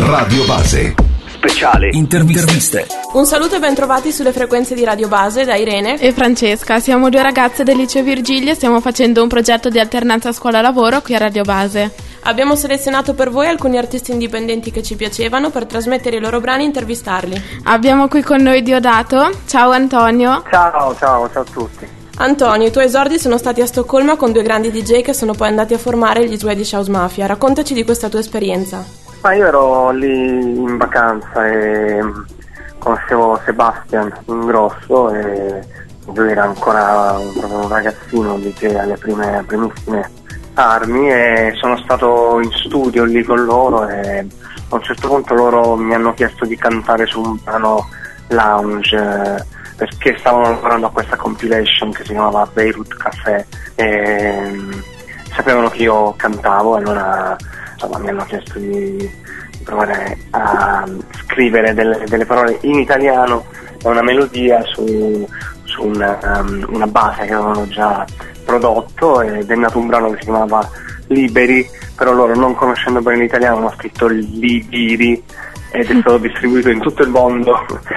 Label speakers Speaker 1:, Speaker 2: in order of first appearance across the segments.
Speaker 1: Radio Base.
Speaker 2: Speciale interviste.
Speaker 3: Un saluto e ben trovati sulle frequenze di Radio Base da Irene
Speaker 4: e Francesca. Siamo due ragazze del liceo Virgilio e stiamo facendo un progetto di alternanza scuola-lavoro qui a Radio Base.
Speaker 3: Abbiamo selezionato per voi alcuni artisti indipendenti che ci piacevano per trasmettere i loro brani e intervistarli.
Speaker 4: Abbiamo qui con noi Diodato. Ciao Antonio.
Speaker 5: Ciao a tutti.
Speaker 3: Antonio, i tuoi esordi sono stati a Stoccolma con due grandi DJ che sono poi andati a formare gli Swedish House Mafia. Raccontaci di questa tua esperienza.
Speaker 5: Ma io ero lì in vacanza e conoscevo Sebastian Ingrosso e lui era ancora un ragazzino, un DJ alle primissime armi, e sono stato in studio lì con loro e a un certo punto loro mi hanno chiesto di cantare su un brano lounge perché stavano lavorando a questa compilation che si chiamava Beirut Café e sapevano che io cantavo, e allora mi hanno chiesto di provare a scrivere delle parole in italiano e una melodia su una base che avevano già prodotto, ed è nato un brano che si chiamava Liberi, però loro, non conoscendo bene l'italiano, hanno scritto Libiri ed è stato distribuito in tutto il mondo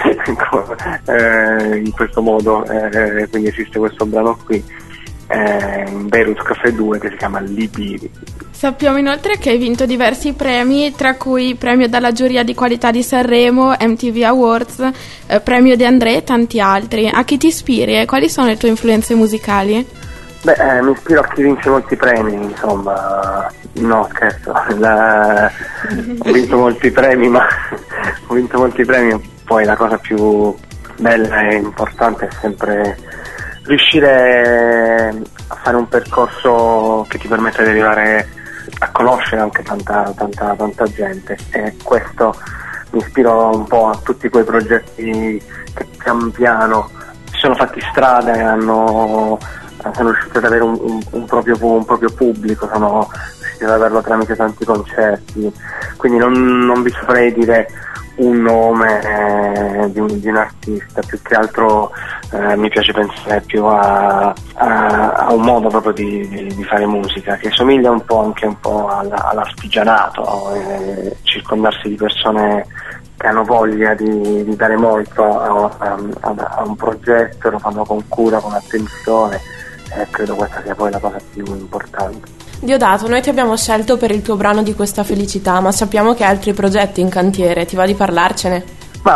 Speaker 5: in questo modo, quindi esiste questo brano qui in Beirut Café 2 che si chiama Libiri.
Speaker 4: Sappiamo inoltre che hai vinto diversi premi, tra cui premio dalla giuria di qualità di Sanremo, MTV Awards, premio De André e tanti altri. A chi ti ispiri e quali sono le tue influenze musicali?
Speaker 5: Mi ispiro a chi vince molti premi, insomma. No, scherzo, ho vinto molti premi, poi la cosa più bella e importante è sempre riuscire a fare un percorso che ti permette di arrivare a conoscere anche tanta gente, e questo mi ispira un po' a tutti quei progetti che pian piano si sono fatti strada e sono riusciti ad avere un proprio pubblico, sono riusciti ad averlo tramite tanti concerti, quindi non vi saprei dire un nome di un artista, più che altro mi piace pensare più a un modo proprio di fare musica che somiglia un po' all'artigianato, circondarsi di persone che hanno voglia di dare molto a un progetto, lo fanno con cura, con attenzione, e credo questa sia poi la cosa più importante.
Speaker 3: Diodato, noi ti abbiamo scelto per il tuo brano di Questa felicità, ma sappiamo che hai altri progetti in cantiere, ti va di parlarcene?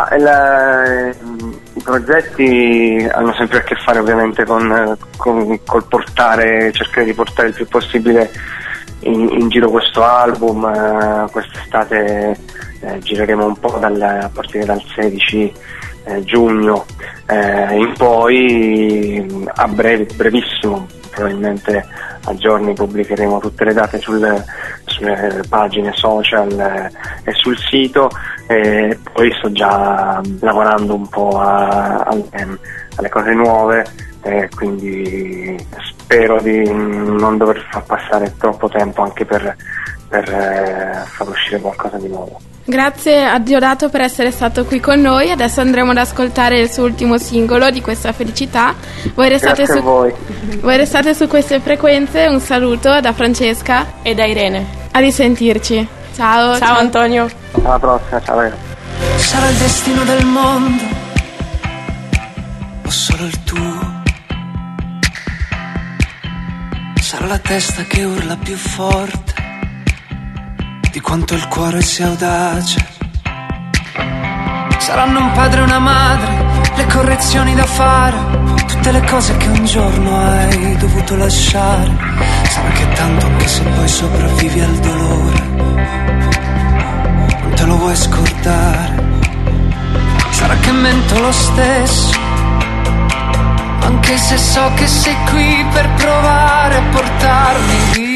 Speaker 5: I progetti hanno sempre a che fare ovviamente col cercare di portare il più possibile in giro questo album. Quest'estate gireremo un po' a partire dal 16 giugno in poi, a brevissimo, probabilmente a giorni, pubblicheremo tutte le date sulle pagine social e sul sito, e poi sto già lavorando un po' alle cose nuove, quindi spero di non dover far passare troppo tempo anche per far uscire qualcosa di nuovo.
Speaker 4: Grazie a Diodato per essere stato qui con noi. Adesso andremo ad ascoltare il suo ultimo singolo, di Questa felicità.
Speaker 5: Grazie a voi.
Speaker 4: Voi restate su queste frequenze. Un saluto da Francesca
Speaker 3: e da Irene.
Speaker 4: A risentirci. Ciao
Speaker 3: Antonio.
Speaker 5: Alla prossima, ciao ragazzi.
Speaker 6: Sarà il destino del mondo o solo il tuo? Sarà la testa che urla più forte di quanto il cuore sia audace. Saranno un padre e una madre, le correzioni da fare, tutte le cose che un giorno hai dovuto lasciare. Sarà che tanto, anche se poi sopravvivi al dolore, non te lo vuoi scordare. Sarà che mento lo stesso, anche se so che sei qui per provare a portarmi via.